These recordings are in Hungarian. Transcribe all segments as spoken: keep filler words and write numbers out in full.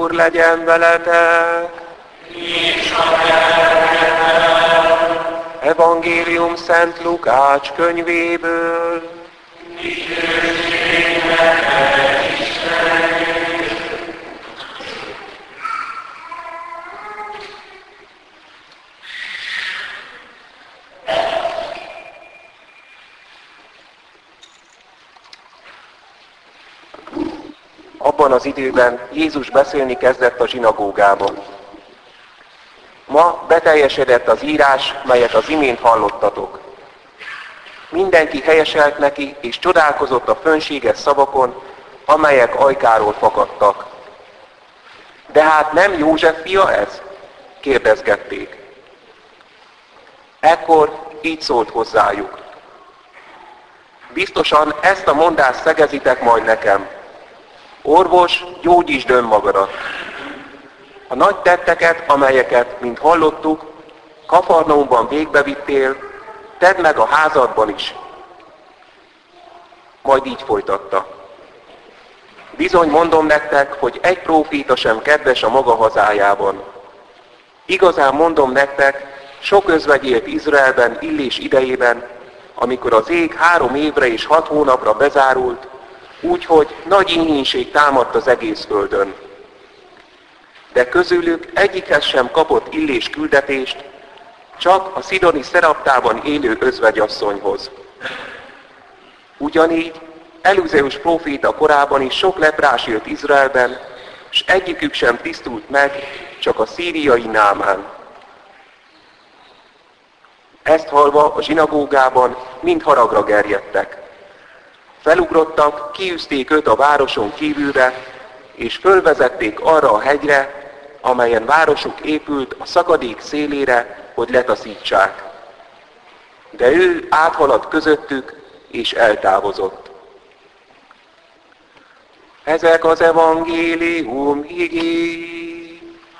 Úr legyen veletek! Evangélium Szent Lukács könyvéből. Abban az időben Jézus beszélni kezdett a zsinagógában. Ma beteljesedett az írás, melyet az imént hallottatok. Mindenki helyeselt neki, és csodálkozott a fönséges szavakon, amelyek ajkáról fakadtak. De hát nem József fia ez? Kérdezgették. Ekkor így szólt hozzájuk. Biztosan ezt a mondást szegezitek majd nekem. Orvos, gyógyítsd önmagadat. A nagy tetteket, amelyeket, mint hallottuk, Kafarnaumban végbevittél, tedd meg a házadban is. Majd így folytatta. Bizony mondom nektek, hogy egy próféta sem kedves a maga hazájában. Igazán mondom nektek, sok özvegy élt Izraelben Illés idejében, amikor az ég három évre és hat hónapra bezárult, úgyhogy nagy éhínség támadt az egész földön. De közülük egyikhez sem kapott Illés küldetést, csak a szidoni Szeraptában élő özvegyasszonyhoz. Ugyanígy Elüzeus próféta korában is sok leprás élt Izraelben, s egyikük sem tisztult meg, csak a szíriai Námán. Ezt hallva a zsinagógában mind haragra gerjedtek. Felugrottak, kiűzték őt a városon kívülre, és fölvezették arra a hegyre, amelyen városuk épült a szakadék szélére, hogy letaszítsák. De ő áthaladt közöttük, és eltávozott. Ezek az evangélium igéi.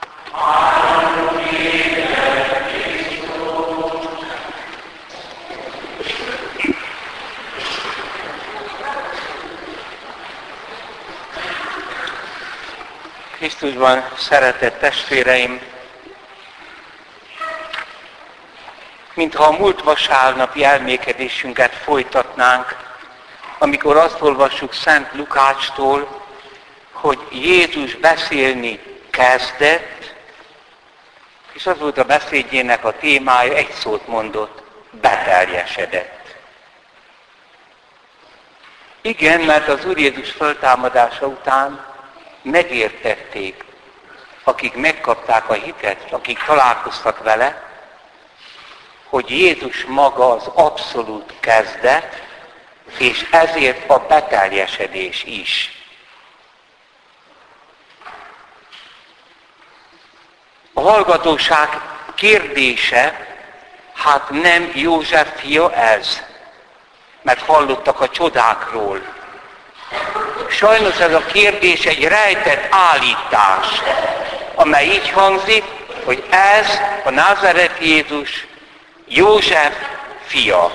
Krisztusban szeretett testvéreim, mintha a múlt vasárnapi elmékedésünket folytatnánk, amikor azt olvassuk Szent Lukácstól, hogy Jézus beszélni kezdett, és az volt a beszédjének a témája, egy szót mondott, beteljesedett. Igen, mert az Úr Jézus föltámadása után megértették, akik megkapták a hitet, akik találkoztak vele, hogy Jézus maga az abszolút kezdet, és ezért a beteljesedés is. A hallgatóság kérdése, hát nem József fia ez, mert hallottak a csodákról. Sajnos ez a kérdés egy rejtett állítás, amely így hangzik, hogy ez a názáreti Jézus József fia.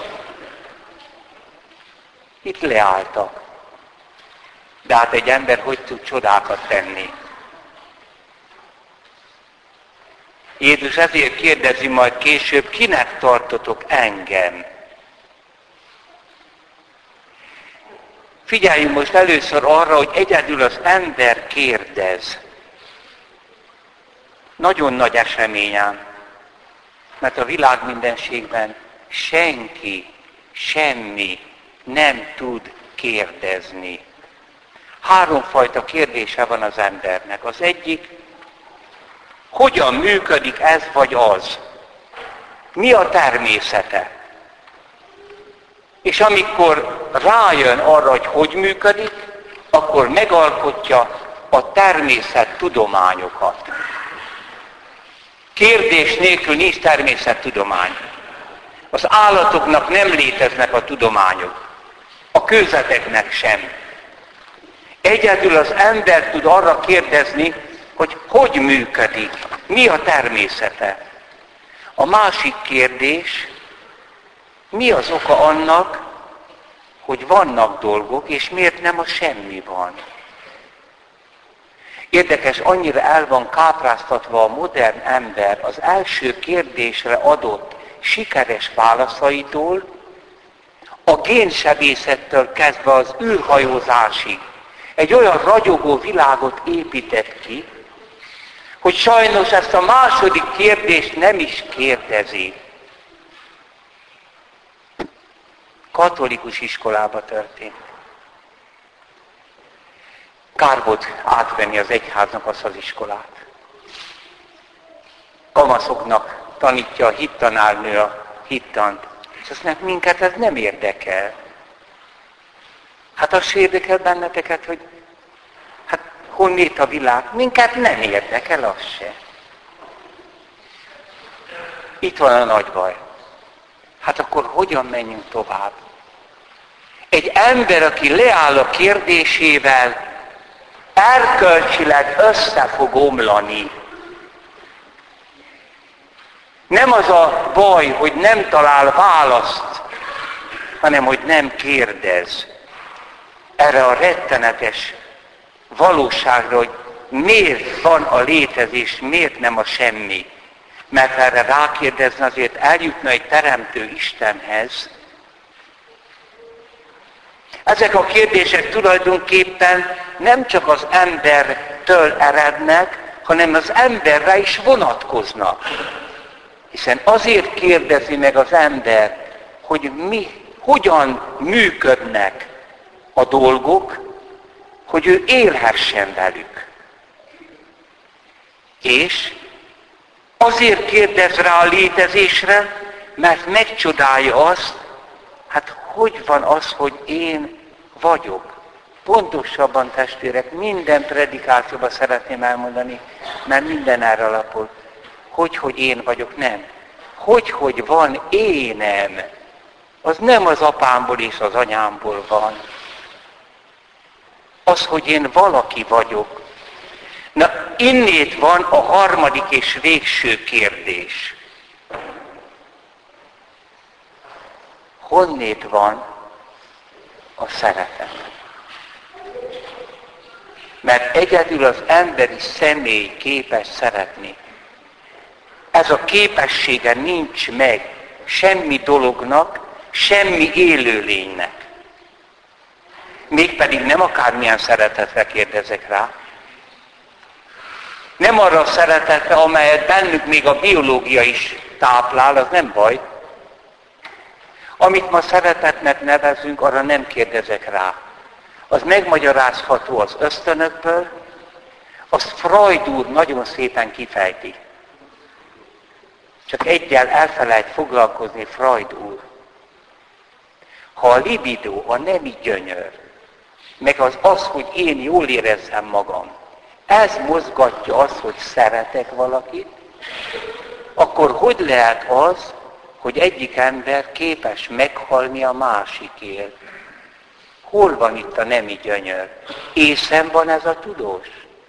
Itt leálltak. De hát egy ember hogy tud csodákat tenni? Jézus ezért kérdezi majd később, kinek tartotok engem? Figyeljünk most először arra, hogy egyedül az ember kérdez. Nagyon nagy eseményen, mert a világ mindenségben senki, semmi nem tud kérdezni. Háromfajta kérdése van az embernek. Az egyik, hogyan működik ez vagy az? Mi a természete? És amikor rájön arra, hogy hogy működik, akkor megalkotja a természettudományokat. Kérdés nélkül nincs természettudomány. Az állatoknak nem léteznek a tudományok. A kőzeteknek sem. Egyedül az ember tud arra kérdezni, hogy hogy működik, mi a természete. A másik kérdés, mi az oka annak, hogy vannak dolgok, és miért nem a semmi van. Érdekes, annyira el van kápráztatva a modern ember az első kérdésre adott sikeres válaszaitól, a génsebészettől kezdve az űrhajózásig egy olyan ragyogó világot épített ki, hogy sajnos ezt a második kérdést nem is kérdezi. Katolikus iskolába történt. Kár volt átvenni az egyháznak azt az iskolát. Kamaszoknak tanítja a hittanárnő a hittant, és azt mondják, minket ez nem érdekel. Hát az se érdekel benneteket, hogy hát honnét a világ? Minket nem érdekel, az se. Itt van a nagy baj. Hát akkor hogyan menjünk tovább? Egy ember, aki leáll a kérdésével, erkölcsileg össze fog omlani. Nem az a baj, hogy nem talál választ, hanem hogy nem kérdez erre a rettenetes valóságra, hogy miért van a létezés, miért nem a semmi. Mert erre rákérdezne, azért eljutna egy teremtő Istenhez. Ezek a kérdések tulajdonképpen nem csak az embertől erednek, hanem az emberre is vonatkoznak. Hiszen azért kérdezi meg az ember, hogy mi, hogyan működnek a dolgok, hogy ő élhessen velük. És azért kérdez rá a létezésre, mert megcsodálja azt, hát hogy van az, hogy én vagyok. Pontosabban, testvérek, minden predikációban szeretném elmondani, mert minden erre alapul. Hogy, hogy én vagyok, nem. Hogy, hogy van énem. Az nem az apámból és az anyámból van. Az, hogy én valaki vagyok. Na, innét van a harmadik és végső kérdés. Honnét van a szeretet? Mert egyedül az emberi személy képes szeretni. Ez a képessége nincs meg semmi dolognak, semmi élőlénynek. Mégpedig nem akármilyen szeretetre kérdezek rá. Nem arra a szeretetre, amelyet bennük még a biológia is táplál, az nem baj. Amit ma szeretetnek nevezünk, arra nem kérdezek rá. Az megmagyarázható az ösztönökből, azt Freud úr nagyon szépen kifejti. Csak egyel elfelejt foglalkozni Freud úr. Ha a libido, a nemi gyönyör, meg az az, hogy én jól érezzem magam, ez mozgatja azt, hogy szeretek valakit, akkor hogy lehet az, hogy egyik ember képes meghalni a másikért? Hol van itt a nemi gyönyör? Észen van ez a tudós?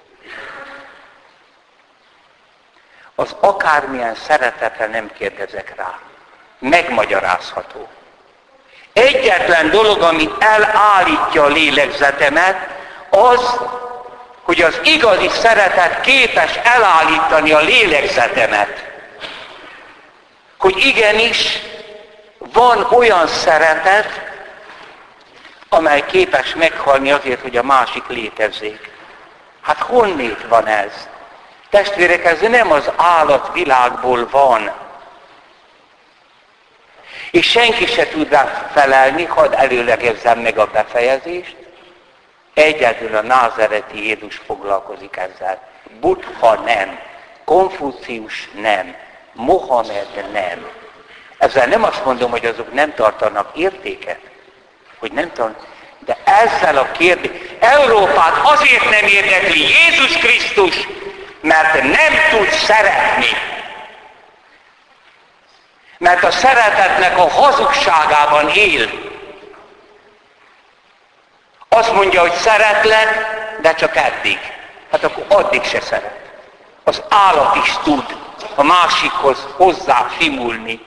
Az akármilyen szeretetre nem kérdezek rá. Megmagyarázható. Egyetlen dolog, ami elállítja a lélegzetemet, az, hogy az igazi szeretet képes elállítani a lélegzetemet. Hogy igenis van olyan szeretet, amely képes meghalni azért, hogy a másik létezzék. Hát honnét van ez? Testvérek, ez nem az állatvilágból van. És senki se tud rá felelni, hadd előlegezzem meg a befejezést. Egyedül a názereti Jézus foglalkozik ezzel. Buddha nem, Konfucius nem, Mohamed nem. Ezzel nem azt mondom, hogy azok nem tartanak értéket, hogy nem tartanak, de ezzel a kérdés, Európát azért nem érdekli Jézus Krisztus, mert nem tud szeretni. Mert a szeretetnek a hazugságában él. Azt mondja, hogy szeretlek, de csak eddig. Hát akkor addig se szeret. Az állat is tud a másikhoz hozzá simulni.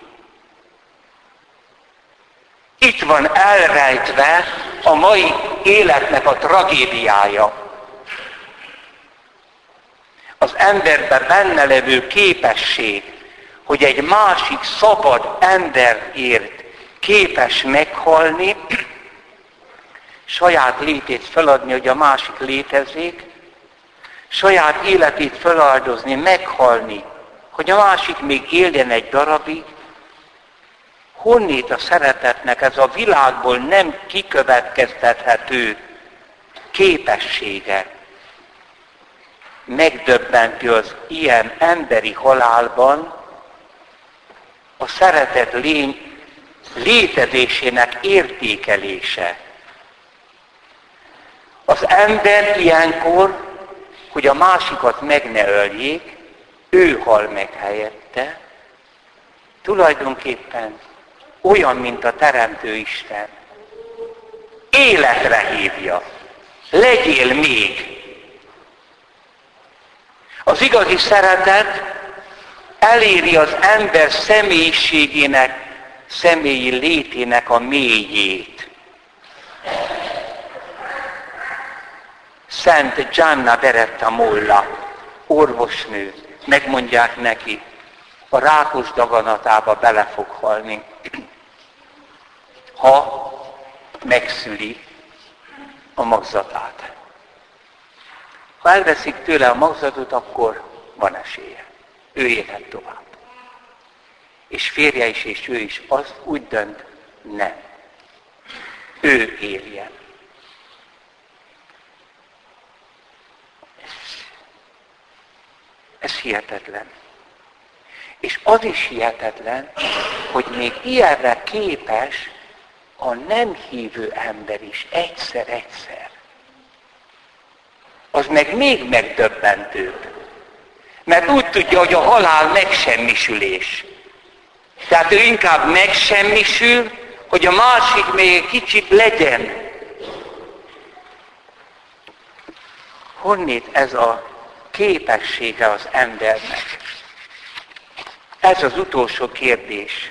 Itt van elrejtve a mai életnek a tragédiája. emberben benne levő képesség, hogy egy másik szabad emberért képes meghalni, saját létét feladni, hogy a másik létezzék, saját életét feláldozni, meghalni, hogy a másik még éljen egy darabig. Honnét a szeretetnek ez a világból nem kikövetkeztethető képessége? Megdöbbentő az ilyen emberi halálban a szeretet lény létezésének értékelése. Az ember ilyenkor, hogy a másikat meg ne öljék, ő hal meg helyette, tulajdonképpen olyan, mint a Teremtő Isten. Életre hívja. Legyél még! Az igazi szeretet eléri az ember személyiségének, személyi létének a mélyét. Szent Gianna Beretta Molla, orvosnő, megmondják neki, a rákos daganatába bele fog halni, ha megszüli a magzatát. Ha elveszik tőle a magzatot, akkor van esélye. Ő élhet tovább. És férje is, és ő is azt úgy dönt, nem. Ő éljen. Ez, ez hihetetlen. És az is hihetetlen, hogy még ilyenre képes a nem hívő ember is egyszer-egyszer. Az meg még megdöbbentőbb. Mert úgy tudja, hogy a halál megsemmisülés. Tehát ő inkább megsemmisül, hogy a másik még egy kicsit legyen. Honnét ez a képessége az embernek? Ez az utolsó kérdés.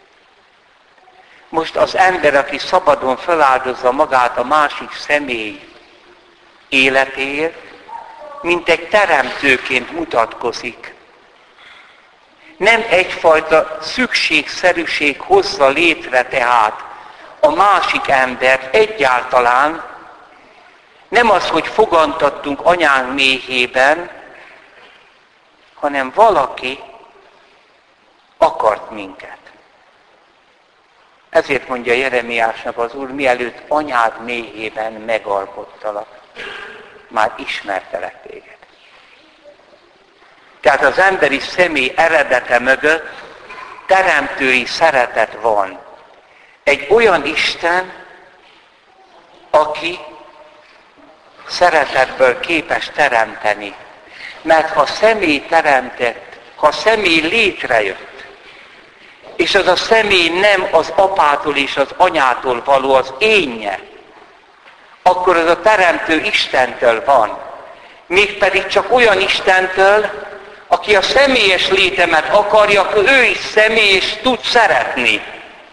Most az ember, aki szabadon feláldozza magát a másik személy életéért, mint egy teremtőként mutatkozik. Nem egyfajta szükségszerűség hozza létre tehát a másik embert egyáltalán, nem az, hogy fogantattunk anyánk méhében, hanem valaki akart minket. Ezért mondja Jeremiásnak az Úr, mielőtt anyád méhében megalkottalak, már ismertelek téged. Tehát az emberi személy eredete mögött teremtői szeretet van. Egy olyan Isten, aki szeretetből képes teremteni. Mert ha személy teremtett, ha személy létrejött, és az a személy nem az apától és az anyától való, az énje, akkor az a teremtő Istentől van. Mégpedig csak olyan Istentől, aki a személyes létemet akarja, akkor ő is személy és tud szeretni.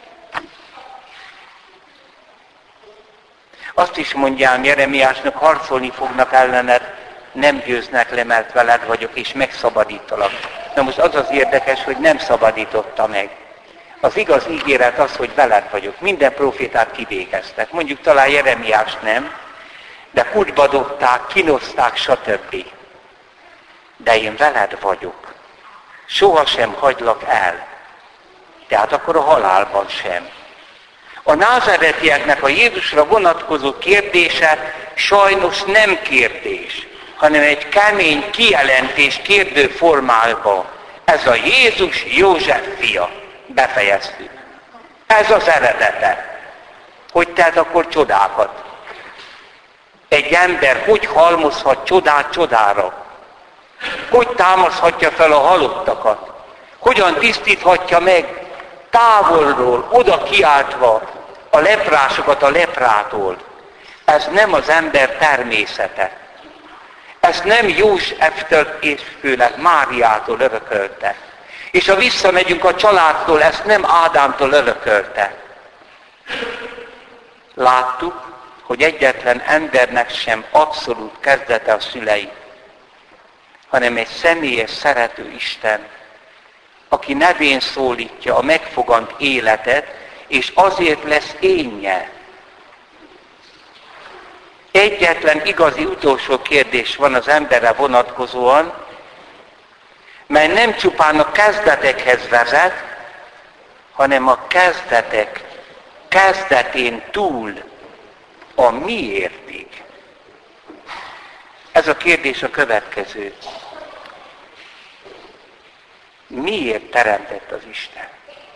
Azt is mondjám Jeremiásnak, harcolni fognak ellened, nem győznek le, mert veled vagyok, és megszabadítalak. Na most az az érdekes, hogy nem szabadította meg. Az igaz ígéret az, hogy veled vagyok. Minden profétát kivégeztek. Mondjuk talán Jeremiás nem, de kutba dobták, kínozták, stb. De én veled vagyok. Sohasem hagylak el. Tehát akkor a halálban sem. A názáretieknek a Jézusra vonatkozó kérdése sajnos nem kérdés, hanem egy kemény kijelentés kérdő formában. Ez a Jézus József fia. Befejeztük. Ez az eredete. Hogy tehát akkor csodákat? Egy ember hogy halmozhat csodát csodára? Hogy támaszhatja fel a halottakat? Hogyan tisztíthatja meg távolról, oda kiáltva a leprásokat a leprától? Ez nem az ember természete. Ez nem Józseftől és főleg Máriától örökölte. És ha visszamegyünk a családtól, ezt nem Ádámtól örökölte. Láttuk, hogy egyetlen embernek sem abszolút kezdete a szülei. hanem egy személyes, szerető Isten, aki nevén szólítja a megfogant életet, és azért lesz énje. Egyetlen igazi utolsó kérdés van az emberre vonatkozóan, mely nem csupán a kezdetekhez vezet, hanem a kezdetek kezdetén túl a miértig. Ez a kérdés a következő. Miért teremtett az Isten?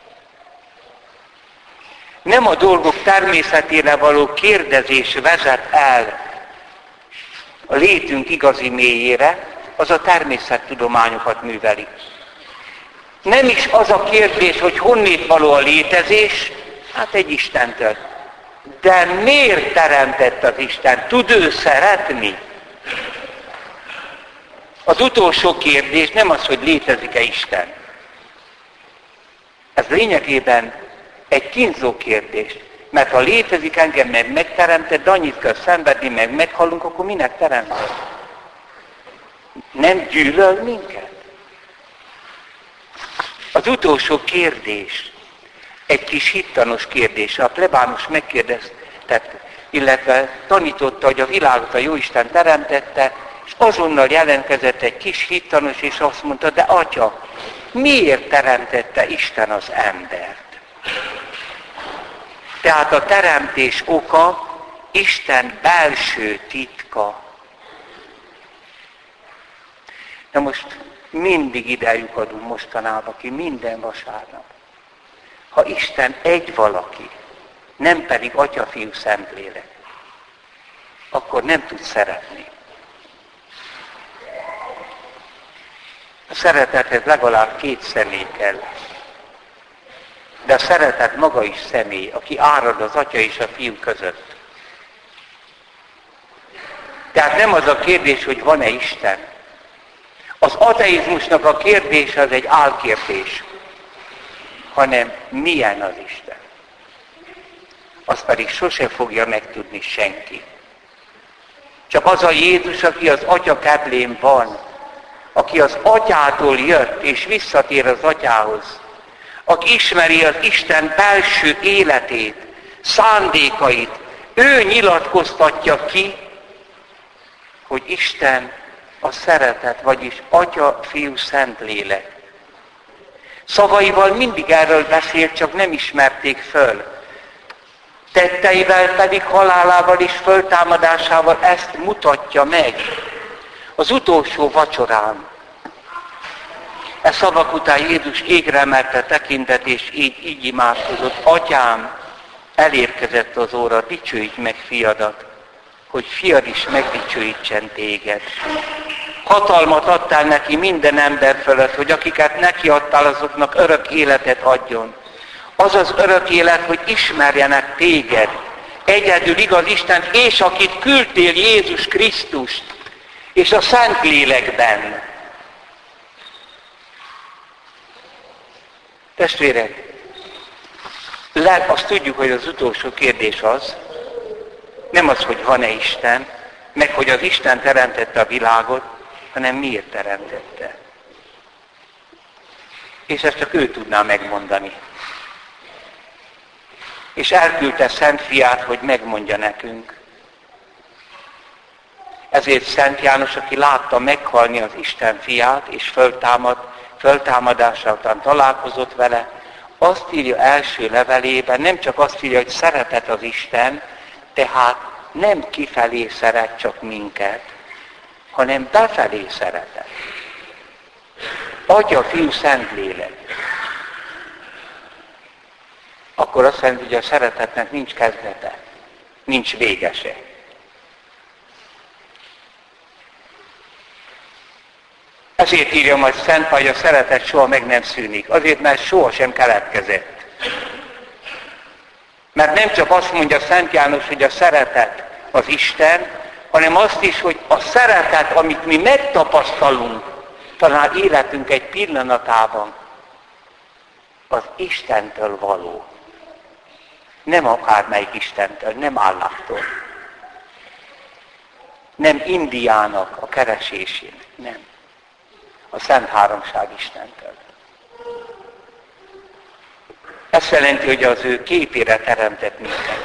Nem a dolgok természetére való kérdezés vezet el a létünk igazi mélyére, az a természettudományokat műveli. Nem is az a kérdés, hogy honnét való a létezés, hát egy Istentől. De miért teremtett az Isten? Tud ő szeretni? Az utolsó kérdés nem az, hogy létezik-e Isten. Ez lényegében egy kínzó kérdés. Mert ha létezik engem, meg megteremtett, de annyit kell szenvedni, meg meghalunk, akkor minek teremtett? Nem gyűlöl minket? Az utolsó kérdés egy kis hittanos kérdés. A plebános megkérdezte, illetve tanította, hogy a világot a Jóisten teremtette, és azonnal jelentkezett egy kis hittanos, és azt mondta, de Atya, miért teremtette Isten az embert? Tehát a teremtés oka Isten belső titka. Na most mindig ide lyukadunk mostanában ki, minden vasárnap. Ha Isten egy valaki, nem pedig Atya, Fiú, Szentlélek, akkor nem tud szeretni. A szeretethez legalább két személy kell. De a szeretet maga is személy, aki árad az Atya és a Fiú között. Tehát nem az a kérdés, hogy van-e Isten. Az ateizmusnak a kérdése az egy álkérdés, hanem milyen az Isten. Azt pedig sose fogja megtudni senki. Csak az a Jézus, aki az Atya keblén van, aki az Atyától jött és visszatér az Atyához, aki ismeri az Isten belső életét, szándékait, ő nyilatkoztatja ki, hogy Isten a szeretet, vagyis Atya, Fiú, Szentlélek. Szavaival mindig erről beszélt, csak nem ismerték föl. Tetteivel pedig halálával és föltámadásával ezt mutatja meg. Az utolsó vacsorán. E szavak után Jézus égre emelte tekintet, és így, így imádkozott. Atyám, elérkezett az óra, dicsőíts meg fiadat, hogy fiad is megdicsőítsen téged. Hatalmat adtál neki minden ember fölött, hogy akiket neki adtál, azoknak örök életet adjon. Az az örök élet, hogy ismerjenek téged, egyedül igaz Istent, és akit küldtél, Jézus Krisztust, és a Szentlélekben. Testvérek, le, azt tudjuk, hogy az utolsó kérdés az, nem az, hogy van-e Isten, meg hogy az Isten teremtette a világot, hanem miért teremtette. És ezt csak ő tudná megmondani. És elküldte Szent Fiát, hogy megmondja nekünk. Ezért Szent János, aki látta meghalni az Isten Fiát, és föltámad, föltámadása után találkozott vele, azt írja első levelében, nem csak azt írja, hogy szeretet az Isten, tehát nem kifelé szeret csak minket, hanem befelé szeretet. Atya, Fiú, Szentlélek. Akkor azt jelenti, hogy a szeretetnek nincs kezdete, nincs vége se. Ezért írja majd Szent Pál, hogy a szeretet soha meg nem szűnik. Azért, mert soha sem keletkezett. Mert nem csak azt mondja Szent János, hogy a szeretet az Isten, hanem azt is, hogy a szeretet, amit mi megtapasztalunk, talán életünk egy pillanatában, az Istentől való. Nem akármelyik Istentől, nem Allahttól. Nem Indiának a keresésén, nem. a Szent Háromság Istentől. Ez jelenti, hogy az ő képére teremtett minket.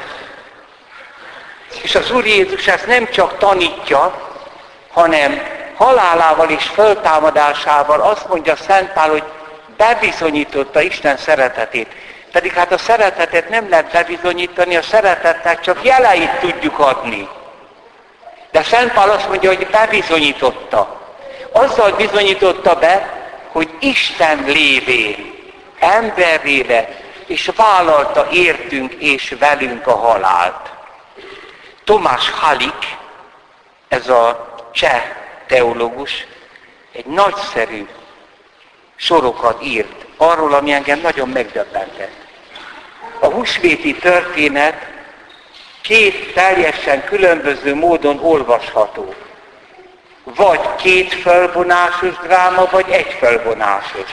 És az Úr Jézus ezt nem csak tanítja, hanem halálával és föltámadásával azt mondja Szent Pál, hogy bebizonyította Isten szeretetét. Pedig hát a szeretetet nem lehet bebizonyítani, a szeretetnek csak jeleit tudjuk adni. De Szent Pál azt mondja, hogy bebizonyította. Azzal bizonyította be, hogy Isten lévén emberré lett, és vállalta értünk és velünk a halált. Tomás Halik, ez a cseh teológus, egy nagyszerű sorokat írt arról, ami engem nagyon megdöbbentett. A húsvéti történet két teljesen különböző módon olvasható. Vagy két felvonásos dráma, vagy egy felvonásos.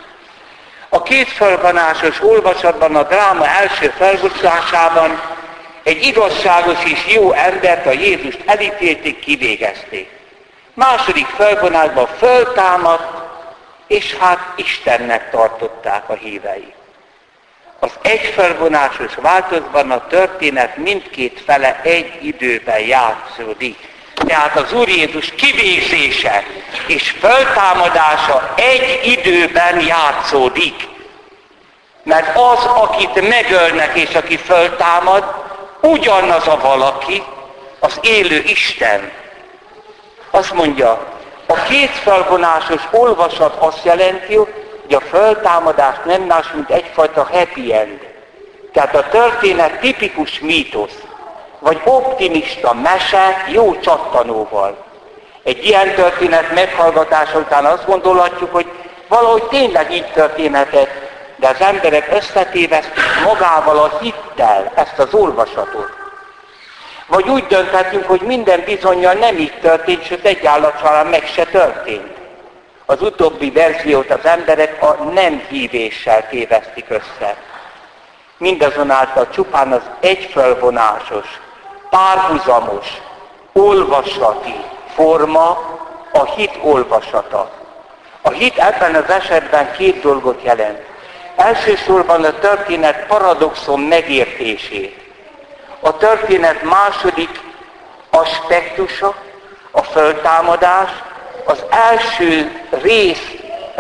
A két felvonásos olvasatban, a dráma első felvonásában egy igazságos és jó embert, a Jézust elítélték, kivégezték. Második felvonásban föltámadt, és hát Istennek tartották a hívei. Az egyfelvonásos változatban a történet mindkét fele egy időben játszódik. Tehát az Úr Jézus kivégzése és föltámadása egy időben játszódik. Mert az, akit megölnek és aki föltámad, ugyanaz a valaki, az élő Isten. Azt mondja, a két felvonásos olvasat azt jelenti, hogy a föltámadás nem más, mint egyfajta happy end. Tehát a történet tipikus mítosz, vagy optimista mese jó csattanóval. Egy ilyen történet meghallgatása után azt gondolhatjuk, hogy valahogy tényleg így történhetett, de az emberek összetévesztik magával a hittel ezt az olvasatot. Vagy úgy dönthetünk, hogy minden bizonnyal nem így történt, sőt egyáltalán meg se történt. Az utóbbi verziót az emberek a nem hívéssel tévesztik össze. Mindazonáltal csupán az egyfelvonásos, párhuzamos, olvasati forma a hit olvasata. A hit ebben az esetben két dolgot jelent. Elsősorban a történet paradoxon megértését. A történet második aspektusa, a föltámadás, az első rész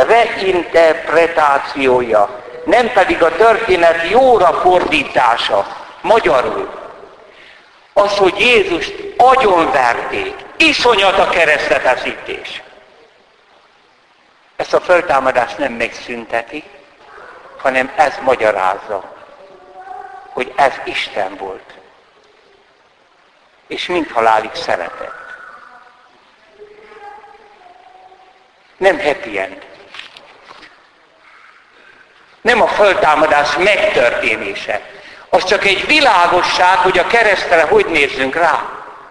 reinterpretációja, nem pedig a történet jóra fordítása, magyarul. Az, hogy Jézust agyonverték, iszonyat a keresztfeszítés. Ezt a föltámadást nem megszünteti, hanem ez magyarázza, hogy ez Isten volt. És mind halálig szeretett. Nem happy end. Nem a föltámadás megtörténése. Az csak egy világosság, hogy a keresztre hogy nézzünk rá.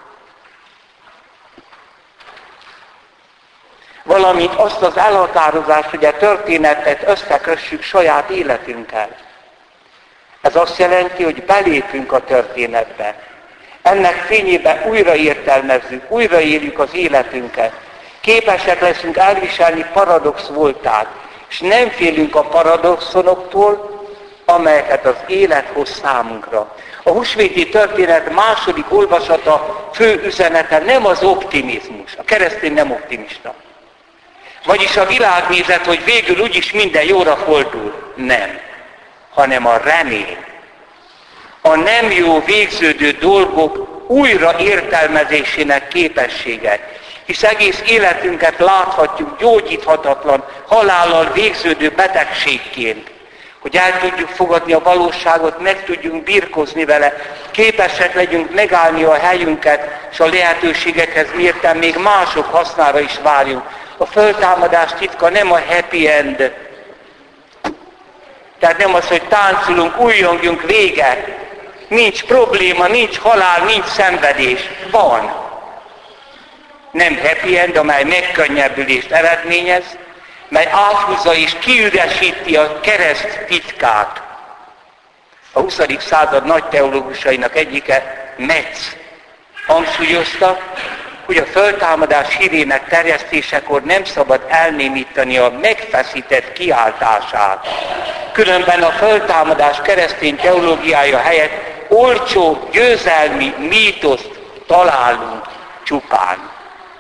Valamint azt az elhatározást, hogy a történetet összekössük saját életünkkel. Ez azt jelenti, hogy belépünk a történetbe. Ennek fényében újra értelmezzük, újra éljük az életünket. Képesek leszünk elviselni paradox voltát, és nem félünk a paradoxonoktól, amelyeket az élet hoz számunkra. A húsvéti történet második olvasata fő üzenete nem az optimizmus. A keresztény nem optimista. Vagyis a világnézet, hogy végül úgyis minden jóra fordul. Nem. Hanem a remény. A nem jó végződő dolgok újra értelmezésének képessége. Hisz egész életünket láthatjuk gyógyíthatatlan, halállal végződő betegségként. Hogy el tudjuk fogadni a valóságot, meg tudjunk birkozni vele, képesek legyünk megállni a helyünket, és a lehetőségekhez mérten még mások hasznára is várjunk. A föltámadás titka nem a happy end. Tehát nem az, hogy táncolunk, újjongjunk, vége. Nincs probléma, nincs halál, nincs szenvedés. Van. Nem happy end, amely megkönnyebbülést eredményez, mely áthúzza és kiüresíti a kereszt titkát. A huszadik század nagy teológusainak egyike, Metz, hangsúlyozta, hogy a föltámadás hírének terjesztésekor nem szabad elnémítani a megfeszített kiáltását. Különben a föltámadás keresztény teológiája helyett olcsó, győzelmi mítoszt találunk csupán.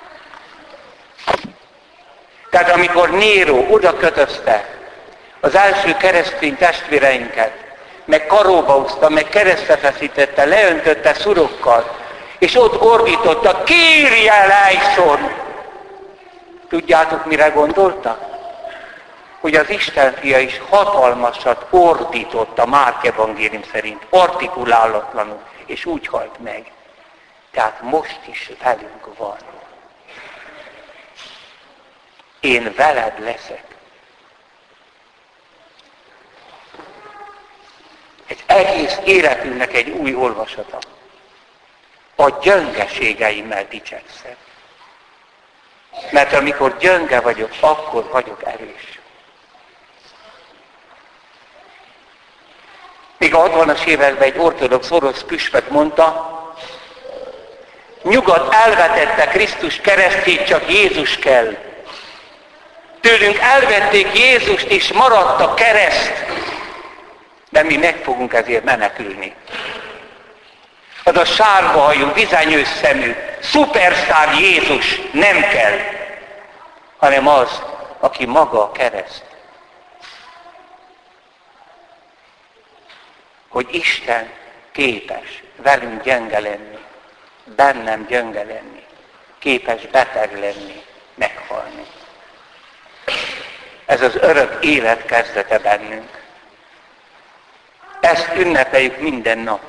Tehát amikor Néró oda kötözte az első keresztény testvéreinket, meg karóba húzta, meg keresztre feszítette, leöntötte szurokkal, és ott ordította, Kyrie eleison! Tudjátok, mire gondoltak? Hogy az Isten fia is hatalmasat ordította Márk evangélium szerint, artikulálatlanul, és úgy halt meg. Tehát most is velünk van. Én veled leszek. Egy egész életünknek egy új olvasata. A gyöngeségeimmel dicsekszem. Mert amikor gyönge vagyok, akkor vagyok erős. Még a hatvanas években egy ortodox orosz püspök mondta, nyugat elvetette Krisztus keresztjét, csak Jézus kell. Tőlünk elvették Jézust, és maradt a kereszt. De mi meg fogunk ezért menekülni. Az a sárgahajú, vizenyős szemű, szupersztár Jézus nem kell, hanem az, aki maga a kereszt. Hogy Isten képes velünk gyenge lenni, bennem gyenge lenni, képes beteg lenni, meghalni. Ez az örök élet kezdete bennünk. Ezt ünnepeljük minden nap.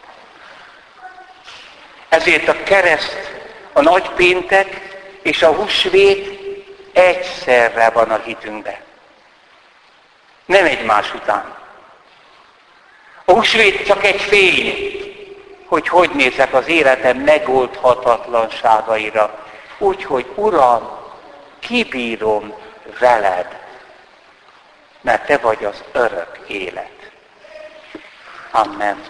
Ezért a kereszt, a nagypéntek és a húsvét egyszerre van a hitünkben. Nem egymás után. A húsvét csak egy fény, hogy hogy nézek az életem megoldhatatlanságaira. Úgyhogy Uram, kibírom veled, mert te vagy az örök élet. Amen.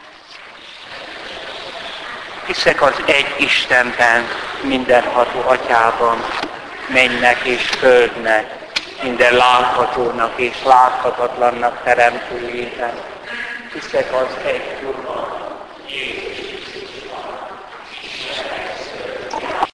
Hiszek az egy Istenben, mindenható Atyában, mennynek és földnek, minden láthatónak és láthatatlannak teremtőjében. Hiszek az egy Úrban, Jézus